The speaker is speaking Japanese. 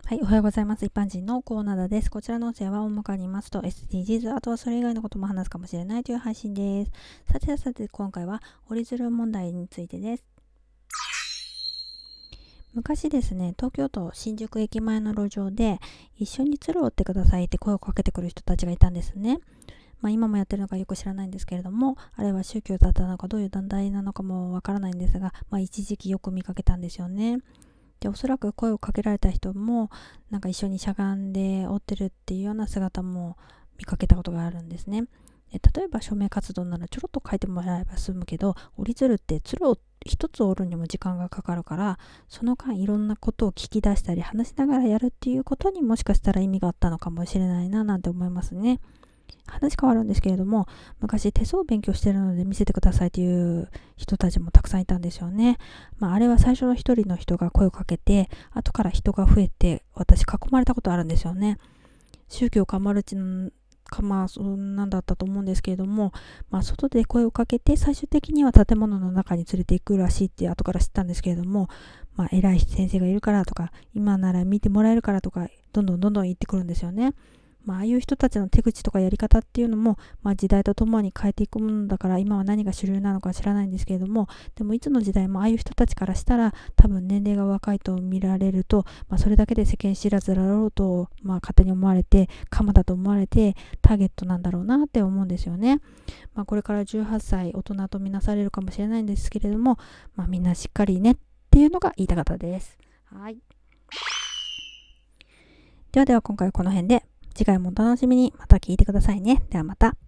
はい、おはようございます。一般人のコーナーです。こちらの音声は大まかに言いますと SDGs、あとはそれ以外のことも話すかもしれないという配信です。さて、今回は折り鶴問題についてです。昔ですね、東京都新宿駅前の路上で一緒に鶴を折ってくださいって声をかけてくる人たちがいたんですね。今もやってるのかよく知らないんですけれども、あれは宗教だったのかどういう団体なのかもわからないんですが、一時期よく見かけたんですよね。で、おそらく声をかけられた人も一緒にしゃがんで折ってるっていうような姿も見かけたことがあるんですね。例えば署名活動ならちょろっと書いてもらえば済むけど、折り鶴って鶴を一つ折るにも時間がかかるから、その間いろんなことを聞き出したり話しながらやるっていうことにもしかしたら意味があったのかもしれないななんて思いますね。話変わるんですけれども、昔手相を勉強しているので見せてくださいという人たちもたくさんいたんですよね。あれは最初の一人の人が声をかけて、後から人が増えて、私囲まれたことあるんですよね。宗教かマルチかそんなんだったと思うんですけれども、外で声をかけて最終的には建物の中に連れて行くらしいって後から知ったんですけれども、偉い先生がいるからとか、今なら見てもらえるからとか、どんどん言ってくるんですよね。ああいう人たちの手口とかやり方っていうのも、時代とともに変えていくものだから今は何が主流なのか知らないんですけれども、でもいつの時代もああいう人たちからしたら多分年齢が若いと見られると、それだけで世間知らずだろうと、勝手に思われてカマだと思われてターゲットなんだろうなって思うんですよね。これから18歳大人とみなされるかもしれないんですけれども、みんなしっかりねっていうのが言いたかったです。はい。では今回はこの辺で、次回もお楽しみに。また聞いてくださいね。ではまた。